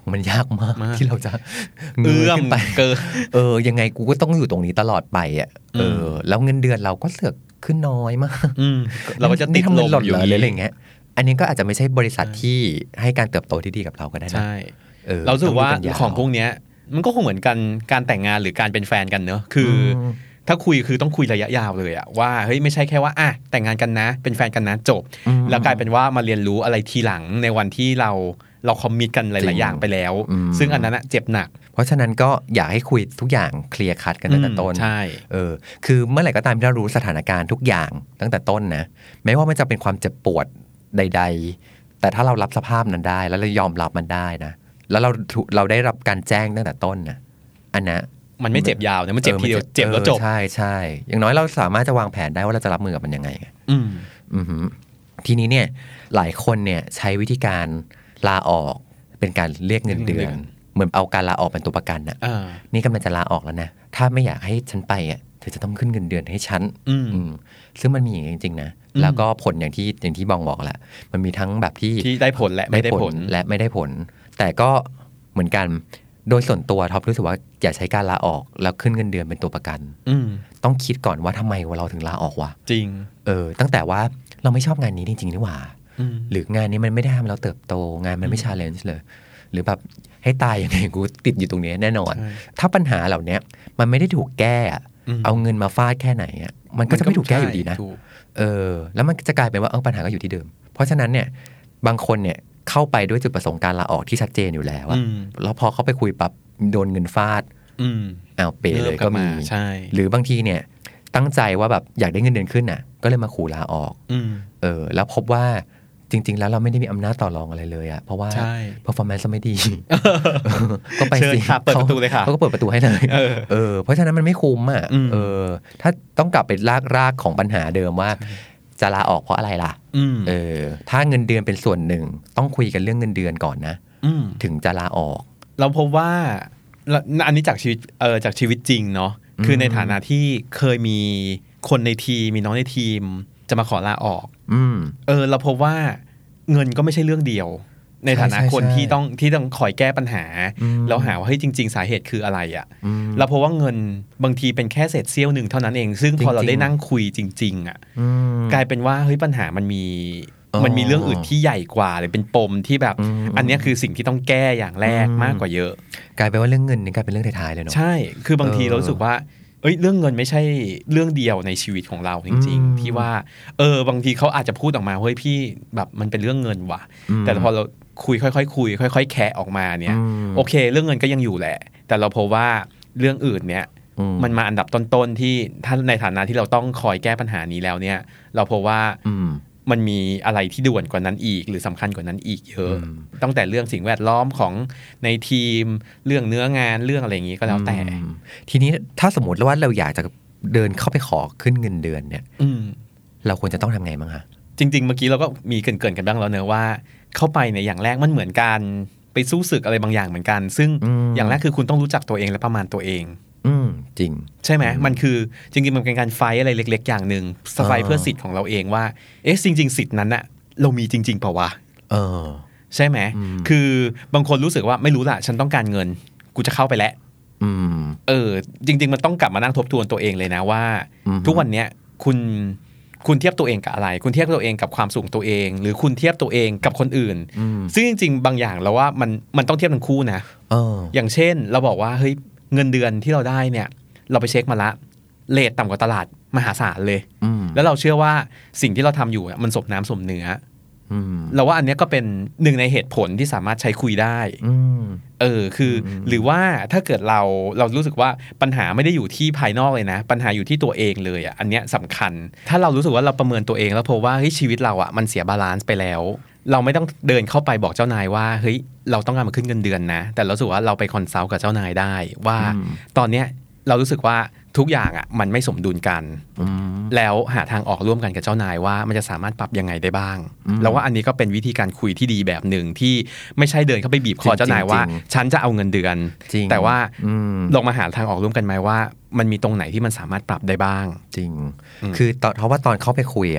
มันยากมากที่เราจะเอื้อมไปเกินเออยังไงกูก็ต้องอยู่ตรงนี้ตลอดไปอ่ะเออแล้วเงินเดือนเราก็เสือกขึ้นน้อยมากเราก็จะติดลมอยู่อะไรอย่างเงี้ยอันนี้ก็อาจจะไม่ใช่บริษัทที่ให้การเติบโตที่ดีกับเราก็ได้นะใช่เราสึกว่าของพวกเนี้ยมันก็คงเหมือนกันการแต่งงานหรือการเป็นแฟนกันเนอะคือถ้าคุยคือต้องคุยระยะยาวเลยอะว่าเฮ้ยไม่ใช่แค่ว่าอ่ะแต่งงานกันนะเป็นแฟนกันนะจบแล้วกลายเป็นว่ามาเรียนรู้อะไรทีหลังในวันที่เราเราคอมมิตกันหลายๆอย่างไปแล้วซึ่งอันนั้นเจ็บหนักเพราะฉะนั้นก็อยากให้คุยทุกอย่างเคลียร์คัดกันตั้งแต่ต้นใช่เออคือเมื่อไหร่ก็ตามที่เรารู้สถานการณ์ทุกอย่างตั้งแต่ต้นนะแม้ว่ามันจะเป็นความเจ็บปวดใดๆแต่ถ้าเรารับสภาพนั้นได้แล้วเรายอมรับมันได้นะแล้วเราเราได้รับการแจ้งตั้งแต่ต้นนะอันนะมันไม่เจ็บยาวนะมันเจ็บทีเดียวเจ็บแล้วจบใช่ใช่อย่างน้อยเราสามารถจะวางแผนได้ว่าเราจะรับมือกับมันยังไงอืมอือทีนี้เนี่ยหลายคนเนี่ยใช้วิธีการลาออกเป็นการเรียกเงินเดือนเหมือนเอาการลาออกเป็นตัวประกันน่ะนี่กำลังจะลาออกแล้วนะถ้าไม่อยากให้ฉันไปอ่ะเธอจะต้องขึ้นเงินเดือนให้ฉันซึ่งมันมีอย่างจริงๆนะแล้วก็ผลอย่างที่อย่างที่บองบอกแหละมันมีทั้งแบบที่ที่ได้ผลและไม่ได้ผลและไม่ได้ผลแต่ก็เหมือนกันโดยส่วนตัวท็อปรู้สึกว่าอย่าใช้การลาออกแล้วขึ้นเงินเดือนเป็นตัวประกันต้องคิดก่อนว่าทำไมว่าเราถึงลาออกวะจริงเออตั้งแต่ว่าเราไม่ชอบงานนี้จริงๆนี่หว่าหรืองานนี้มันไม่ได้ทำเราเติบโตงานมันไม่ชาเลนจ์เลยหรือแบบให้ตายยังไงกูติดอยู่ตรงนี้แน่นอนถ้าปัญหาเหล่านี้มันไม่ได้ถูกแก้เอาเงินมาฟาดแค่ไหนอ่ะมันก็จะไม่ถูกแก้อยู่ดีนะเออแล้วมันจะกลายเป็นว่าเออปัญหาก็อยู่ที่เดิมเพราะฉะนั้นเนี่ยบางคนเนี่ยเข้าไปด้วยจุดประสงค์การลาออกที่ชัดเจนอยู่แล้วอะแล้วพอเขาไปคุยปั๊บโดนเงินฟาดเอาเปเลยก็มีหรือบางทีเนี่ยตั้งใจว่าแบบอยากได้เงินเดือนขึ้นน่ะก็เลยมาขู่ลาออกเออแล้วพบว่าจริงๆแล้วเราไม่ได้มีอำนาจต่อรองอะไรเลยอะเพราะว่า performance ไม่ดีก็ไปสิเปิดประตูเลยค่ะเขาก็เปิดประตูให้เลยเออเพราะฉะนั้นมันไม่คุ้มอะเออถ้าต้องกลับไปรากรากของปัญหาเดิมว่าจะลาออกเพราะอะไรล่ะเออถ้าเงินเดือนเป็นส่วนหนึ่งต้องคุยกันเรื่องเงินเดือนก่อนนะถึงจะลาออกเราพบว่าอันนี้จากชีวิตเออจากชีวิตจริงเนาะคือในฐานะที่เคยมีคนในทีมมีน้องในทีมจะมาขอลาออกเออเราพบว่าเงินก็ไม่ใช่เรื่องเดียวในฐานะคนที่ต้องที่ต้องคอยแก้ปัญหาแล้วหาว่าเฮ้ยจริงๆสาเหตุคืออะไรอ่ะเราพบว่าเงินบางทีเป็นแค่เศษเสี้ยวหนึ่งเท่านั้นเองซึ่งพอเราได้นั่งคุยจริงๆอ่ะกลายเป็นว่าเฮ้ยปัญหามันมีมันมีเรื่องอื่นที่ใหญ่กว่าเลยเป็นปมที่แบบอันนี้คือสิ่งที่ต้องแก้อย่างแรกมากกว่าเยอะกลายเป็นว่าเรื่องเงินนี่กลายเป็นเรื่องท้ายๆเลยเนาะใช่คือบางทีเรารู้สึกว่าเอ้ยเรื่องเงินไม่ใช่เรื่องเดียวในชีวิตของเราจริงๆที่ว่าเออบางทีเขาอาจจะพูดออกมาเฮ้ยพี่แบบมันเป็นเรื่องเงินว่ะแต่พอเราคุยค่อยๆคุยค่อยๆแคะออกมาเนี่ยโอเคเรื่องเงินก็ยังอยู่แหละแต่เราพบว่าเรื่องอื่นเนี่ยมันมาอันดับต้นๆที่ถ้าในฐานะที่เราต้องคอยแก้ปัญหานี้แล้วเนี่ยเราพบว่ามันมีอะไรที่ด่วนกว่านั้นอีกหรือสำคัญกว่านั้นอีกเยอะตั้งแต่เรื่องสิ่งแวดล้อมของในทีมเรื่องเนื้องานเรื่องอะไรอย่างนี้ก็แล้วแต่ทีนี้ถ้าสมมติว่าเราอยากจะเดินเข้าไปขอขึ้นเงินเดือนเนี่ยเราควรจะต้องทำไงบ้างคะจริงๆเมื่อกี้เราก็มีเกริ่นๆกันบ้างแล้วเนอะว่าเข้าไปในอย่างแรกมันเหมือนการไปสู้ศึกอะไรบางอย่างเหมือนกันซึ่งอย่างแรกคือคุณต้องรู้จักตัวเองและประมาณตัวเองอืมจริงใช่ไหมมันคือจริงๆมันเป็นการไฟอะไรเล็กๆอย่างหนึ่งไฟเพื่อสิทธิ์ของเราเองว่าเอ๊ะจริงๆสิทธิ์นั้นอะเรามีจริงๆเปล่าวะเออใช่ไหมคือบางคนรู้สึกว่าไม่รู้ล่ะฉันต้องการเงินกูจะเข้าไปแล้วเออจริงๆมันต้องกลับมานั่งทบทวนตัวเองเลยนะว่าทุกวันเนี้ยคุณคุณเทียบตัวเองกับอะไรคุณเทียบตัวเองกับความสูงตัวเองหรือคุณเทียบตัวเองกับคนอื่นซึ่งจริงๆบางอย่างเราว่ามันมันต้องเทียบทั้งคู่นะเอออย่างเช่นเราบอกว่าเฮ้ยเงินเดือนที่เราได้เนี่ยเราไปเช็คมาละเรทต่ำกว่าตลาดมหาศาลเลยแล้วเราเชื่อว่าสิ่งที่เราทำอยู่มันสมน้ำสมเนื้อเราว่าอันนี้ก็เป็นหนึ่งในเหตุผลที่สามารถใช้คุยได้เออคือหรือว่าถ้าเกิดเราเรารู้สึกว่าปัญหาไม่ได้อยู่ที่ภายนอกเลยนะปัญหาอยู่ที่ตัวเองเลยอ่ะอันเนี้ยสำคัญถ้าเรารู้สึกว่าเราประเมินตัวเองแล้วพบว่าเฮ้ยชีวิตเราอ่ะมันเสียบาลานซ์ไปแล้วเราไม่ต้องเดินเข้าไปบอกเจ้านายว่าเฮ้ยเราต้องการมาขึ้นเงินเดือนนะแต่เราสึกว่าเราไปคอนซัลท์กับเจ้านายได้ว่าตอนเนี้ยเรารู้สึกว่าทุกอย่างอ่ะมันไม่สมดุลกันแล้วหาทางออกร่วมกันกับเจ้านายว่ามันจะสามารถปรับยังไงได้บ้างแล้วว่าอันนี้ก็เป็นวิธีการคุยที่ดีแบบหนึ่งที่ไม่ใช่เดินเข้าไปบีบคอเจ้านายว่าฉันจะเอาเงินเดือนแต่ว่าลองมาหาทางออกร่วมกันไหมว่ามันมีตรงไหนที่มันสามารถปรับได้บ้างจริงคือตอนเพราะว่าตอนเข้าไปคุยอ่ะ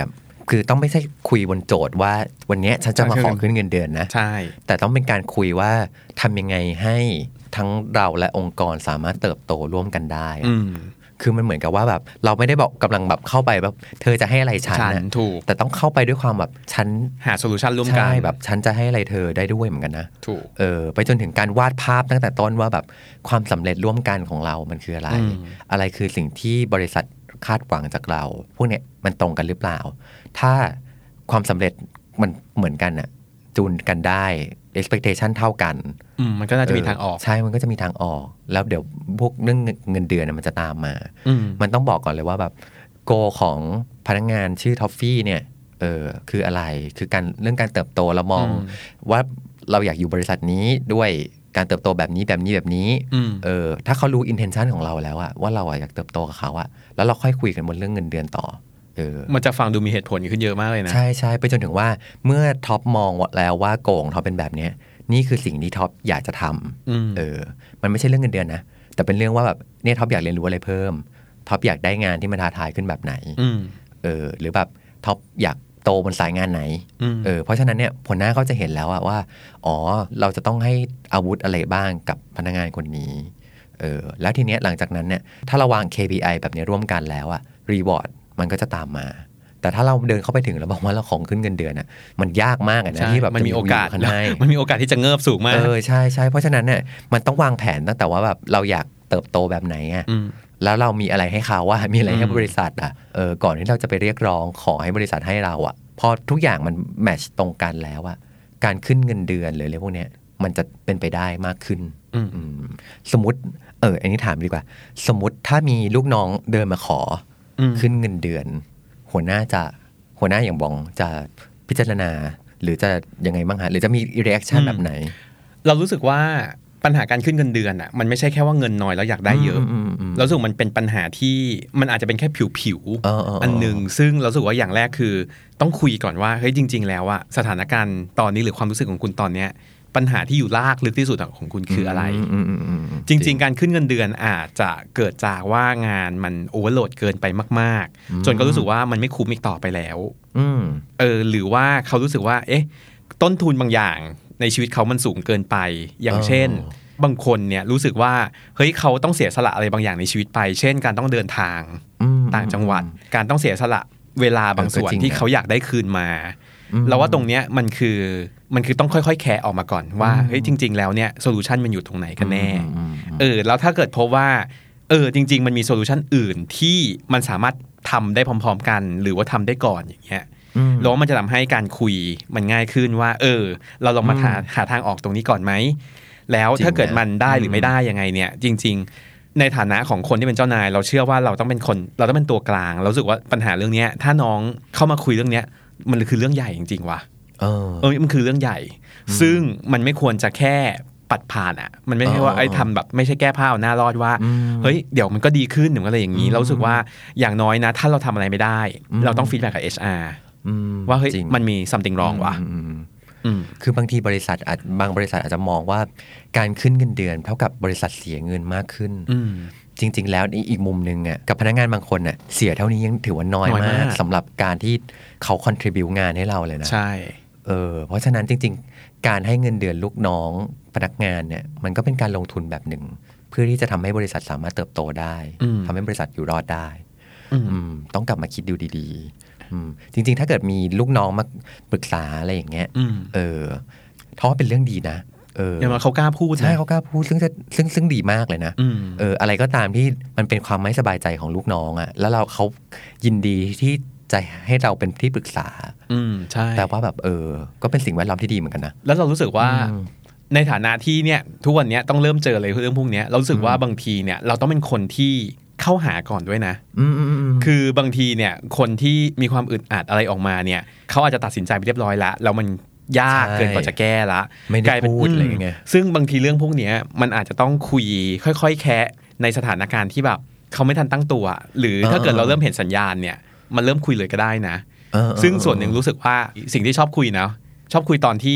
คือต้องไม่ใช่คุยบนโจทย์ว่าวันนี้ฉันจะมาขอขึ้นเงินเดือนนะใช่แต่ต้องเป็นการคุยว่าทำยังไงให้ทั้งเราและองค์กรสามารถเติบโตร่วมกันได้คือมันเหมือนกับว่าแบบเราไม่ได้บอกกำลังแบบเข้าไปแบบเธอจะให้อะไรฉันนะแต่ต้องเข้าไปด้วยความแบบฉันหาโซลูชันร่วมกันใช่แบบฉันจะให้อะไรเธอได้ด้วยเหมือนกันนะถูกเออไปจนถึงการวาดภาพตั้งแต่ต้นว่าแบบความสำเร็จร่วมกันของเรามันคืออะไรอะไรคือสิ่งที่บริษัทคาดหวังจากเราพวกเนี้ยมันตรงกันหรือเปล่าถ้าความสำเร็จมันเหมือนกันอะจูนกันได้ expectation เท่ากันมันก็น่าจะมีทางออกใช่มันก็จะมีทางออกแล้วเดี๋ยวพวกเรื่องเงินเดือนมันจะตามมามันต้องบอกก่อนเลยว่าแบบโกของพนักงานชื่อท็อฟฟี่เนี่ยเออคืออะไรคือการเรื่องการเติบโตเรามองว่าเราอยากอยู่บริษัทนี้ด้วยการเติบโตแบบนี้แบบนี้แบบนี้เออถ้าเขารู้ intention ของเราแล้วอะว่าเราอยากเติบโตกับเขาอะแล้วเราค่อยคุยกันบนเรื่องเงินเดือนต่อเออมันจะฟังดูมีเหตุผลขึ้นเยอะมากเลยนะใช่ใช่ไปจนถึงว่าเมื่อท็อปมองแล้วว่าโกงท็อปเป็นแบบนี้นี่คือสิ่งที่ท็อปอยากจะทำเออมันไม่ใช่เรื่องเงินเดือนนะแต่เป็นเรื่องว่าแบบเนี่ยท็อปอยากเรียนรู้อะไรเพิ่มท็อปอยากได้งานที่มันท้าทายขึ้นแบบไหนเออหรือแบบท็อปอยากโตบนสายงานไหนเออเพราะฉะนั้นเนี่ยหัวหน้าเขาจะเห็นแล้วอะว่าอ๋อเราจะต้องให้อาวุธอะไรบ้างกับพนักงานคนนี้เออแล้วทีเนี้ยหลังจากนั้นเนี่ยถ้าเราวาง เค พี ไอ แบบนี้ร่วมกันแล้วอะรีวอร์ดมันก็จะตามมาแต่ถ้าเราเดินเข้าไปถึงแล้วบอกว่าเราของขึ้นเงินเดือนอ่ะมันยากมากนะที่แบบมันมีโอกาสมันมีโอกาสที่จะเงิบสูงมากเออใช่ใช่เพราะฉะนั้นเนี่ยมันต้องวางแผนตั้งแต่ว่าแบบเราอยากเติบโตแบบไหนอ่ะแล้วเรามีอะไรให้เขาว่ามีอะไรให้บริษัทอ่ะเออก่อนที่เราจะไปเรียกร้องขอให้บริษัทให้เราอ่ะพอทุกอย่างมันแมทช์ตรงกันแล้วอ่ะการขึ้นเงินเดือนหรืออะไรพวกเนี้ยมันจะเป็นไปได้มากขึ้นสมมติเอออันนี้ถามดีกว่าสมมติถ้ามีลูกน้องเดินมาขอขึ้นเงินเดือนหัวหน้าจะหัวหน้าอย่างบองจะพิจารณาหรือจะยังไงบ้างฮะหรือจะมีรีแอคชั่นแบบไหนเรารู้สึกว่าปัญหาการขึ้นเงินเดือนอ่ะมันไม่ใช่แค่ว่าเงินน้อยแล้วอยากได้เยอะเราสึกมันเป็นปัญหาที่มันอาจจะเป็นแค่ผิวๆอันนึงซึ่งเราสึกว่าอย่างแรกคือต้องคุยก่อนว่าเฮ้ยจริงๆแล้วอะสถานการณ์ตอนนี้หรือความรู้สึกของคุณตอนเนี้ยปัญหาที่อยู่ลากลึกที่สุดของคุณคืออะไรจริงๆการขึ้นเงินเดือนอาจจะเกิดจากว่างานมันโอเวอร์โหลดเกินไปมากๆจนก็รู้สึกว่ามันไม่คุ้มอีกต่อไปแล้วเออหรือว่าเขารู้สึกว่าเอ๊ะต้นทุนบางอย่างในชีวิตเขามันสูงเกินไปอย่างเช่นบางคนเนี่ยรู้สึกว่าเฮ้ยเขาต้องเสียสละอะไรบางอย่างในชีวิตไปเช่นการต้องเดินทางต่างจังหวัดการต้องเสียสละเวลาบางส่วนที่เขาอยากได้คืนมาเราว่าตรงเนี้ยมันคือมันคือต้องค่อยๆแคะออกมาก่อนว่าเฮ้ยจริงๆแล้วเนี่ยโซลูชันมันอยู่ตรงไหนกันแน่เออแล้วถ้าเกิดพบว่าเออจริงๆมันมีโซลูชันอื่นที่มันสามารถทำได้พร้อมๆกันหรือว่าทำได้ก่อนอย่างเงี้ยแล้วมันจะทำให้การคุยมันง่ายขึ้นว่าเออเราลองมาหาหาทางออกตรงนี้ก่อนไหมแล้วถ้าเกิดมันได้หรือไม่ได้ยังไงเนี่ยจริงๆในฐานะของคนที่เป็นเจ้านายเราเชื่อว่าเราต้องเป็นคนเราต้องเป็นตัวกลางเรารู้สึกว่าปัญหาเรื่องนี้ถ้าน้องเข้ามาคุยเรื่องนี้มันคือเรื่องใหญ่จริงๆว่ะเออเออมันคือเรื่องใหญ่ซึ่งมันไม่ควรจะแค่ปัดผ่านอ่ะมันไม่ใช่ว่าไอ้ทำแบบไม่ใช่แก้ผ้าเอาหน้ารอดว่าเฮ้ยเดี๋ยวมันก็ดีขึ้นหรืออะไรอย่างนี้เรารู้สึกว่าอย่างน้อยนะถ้าเราทำอะไรไม่ได้เราต้องฟีดแบ็กกับ เอช อาร์ ว่าเฮ้ยมันมี something wrong ว่ะคือบางทีบริษัทอาจบางบริษัทอาจจะมองว่าการขึ้นเงินเดือนเท่ากับบริษัทเสียเงินมากขึ้นจริงๆแล้วอีกมุมนึงอ่ะกับพนักงานบางคนอ่ะเสียเท่านี้ยังถือว่าน้อยมากสำหรับการที่เขา contribute งานให้เราเลยนะใช่เออเพราะฉะนั้นจริงๆการให้เงินเดือนลูกน้องพนักงานเนี่ยมันก็เป็นการลงทุนแบบหนึ่งเพื่อที่จะทำให้บริษัทสามารถเติบโตได้ทำให้บริษัทอยู่รอดได้ต้องกลับมาคิดดูดีๆจริงๆถ้าเกิดมีลูกน้องมาปรึกษาอะไรอย่างเงี้ยเออเพราะว่าเป็นเรื่องดีนะเอออย่างเขากล้าพูดใช่เขากล้าพูดซึ่งจะซึ่งซึ่งดีมากเลยนะเอออะไรก็ตามที่มันเป็นความไม่สบายใจของลูกน้องอ่ะแล้วเราเขายินดีที่จะให้เราเป็นที่ปรึกษาอืมใช่แต่ว่าแบบเออก็เป็นสิ่งแวดล้อมที่ดีเหมือนกันนะแล้วเรารู้สึกว่าในฐานะที่เนี่ยทุกวันนี้ต้องเริ่มเจออะไรเรื่องพวกนี้เรารู้สึกว่าบางทีเนี่ยเราต้องเป็นคนที่เข้าหาก่อนด้วยนะคือบางทีเนี่ยคนที่มีความอึดอัดอะไรออกมาเนี่ยเขาอาจจะตัดสินใจไปเรียบร้อยแล้วแล้วมันยากเกินกว่าจะแก้ละกลายเป็นพูดอะไรอย่างเงี้ยซึ่งบางทีเรื่องพวกนี้มันอาจจะต้องคุยค่อยๆแคะในสถานการณ์ที่แบบเขาไม่ทันตั้งตัวหรือถ้าเกิดเราเริ่มเห็นสัญญาณเนี่ยมันเริ่มคุยเลยก็ได้นะซึ่งส่วนหนึ่งรู้สึกว่าสิ่งที่ชอบคุยนะชอบคุยตอนที่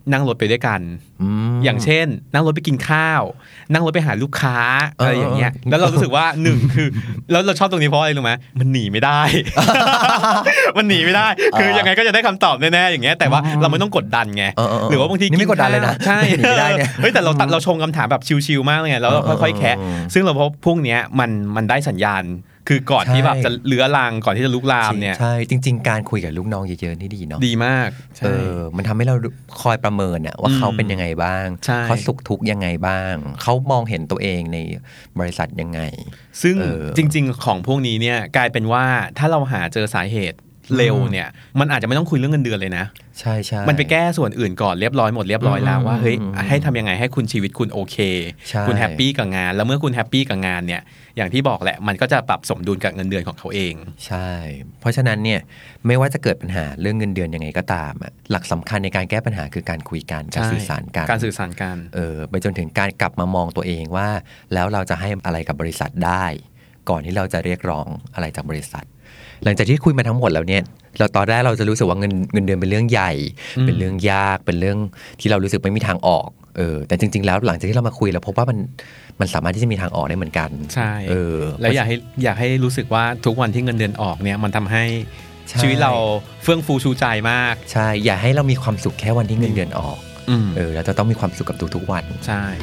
นั่งรถไปด้วยกันอย่างเช่นนั่งรถไปกินข้าวนั่งรถไปหาลูกค้าอะไรอย่างเงี้ยแล้วเรารู้สึกว่าหนึ่งคือแล้วเราชอบตรงนี้เพราะอะไรรู้ไหมมันหนีไม่ได้ มันหนีไม่ได้คือยังไงก็จะได้คำตอบแน่ๆอย่างเงี้ยแต่ว่าเราไม่ต้องกดดันไงหรือว่าบางทีไม่กดดันเลยนะใช่หนีไม่ได้เนี่ยเฮ้ยแต่เราเราชงคำถามแบบชิลๆมากเลยไงแล้วเราค่อยๆแคะซึ่งเราพบพวกเนี้ยมันมันได้สัญญาณคือก่อนที่แบบจะเลื้อรังก่อนที่จะลุกลามเนี่ยใช่จริงๆการคุยกับลูกน้องเยอะๆนี่ดีเนาะดีมากเออมันทำให้เราคอยประเมินอะว่าเขาเป็นยังไงบ้างเขาสุขทุกข์ยังไงบ้างเขามองเห็นตัวเองในบริษัทยังไงซึ่งจริงๆของพวกนี้เนี่ยกลายเป็นว่าถ้าเราหาเจอสาเหตุเร็วเนี่ยมันอาจจะไม่ต้องคุยเรื่องเงินเดือนเลยนะใช่ใช่มันไปแก้ส่วนอื่นก่อนเรียบร้อยหมดเรียบร้อยแล้วว่าเฮ้ยให้ทำยังไงให้คุณชีวิตคุณโอเคคุณแฮปปี้กับงานแล้วเมื่อคุณแฮปปี้กับงานเนี่ยอย่างที่บอกแหละมันก็จะปรับสมดุลกับเงินเดือนของเขาเองใช่เพราะฉะนั้นเนี่ยไม่ว่าจะเกิดปัญหาเรื่องเงินเดือนยังไงก็ตามหลักสำคัญในการแก้ปัญหาคือการคุยกันการสื่อสารกันการสื่อสารกันเออไปจนถึงการกลับมามองตัวเองว่าแล้วเราจะให้อะไรกับบริษัทได้ก่อนที่เราจะเรียกร้องอะไรจากบริษัทหลังจากที่คุยมาทั้งหมดแล้วเนี่ยเราตอนแรกเราจะรู้สึกว่าเงินเงินเดือนเป็นเรื่องใหญ่เป็นเรื่องยากเป็นเรื่องที่เรารู้สึกไม่มีทางออกเออแต่จริงๆแล้วหลังจากที่เรามาคุยเราพบว่ามันมันสามารถที่จะมีทางออกได้เหมือนกันใช่เออแล้วอยากให้อยากให้รู้สึกว่าทุกวันที่เงินเดือนออกเนี่ยมันทำให้ชีวิตเราเฟื่องฟูชูใจมากใช่อย่าให้เรามีความสุขแค่วันที่เงินเดือนออกเออเราจะต้องมีความสุขกับทุกๆวันใช่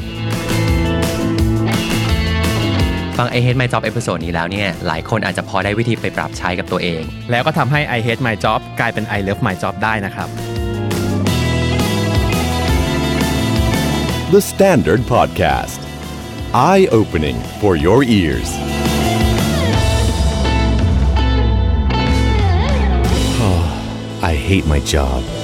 ฟัง I Hate My Job เอพิโซดนี้แล้วเนี่ยหลายคนอาจจะพอได้วิธีไปปรับใช้กับตัวเองแล้วก็ทำให้ I Hate My Job กลายเป็น I Love My Job ได้นะครับ The Standard Podcast Eye-opening for your ears I hate my job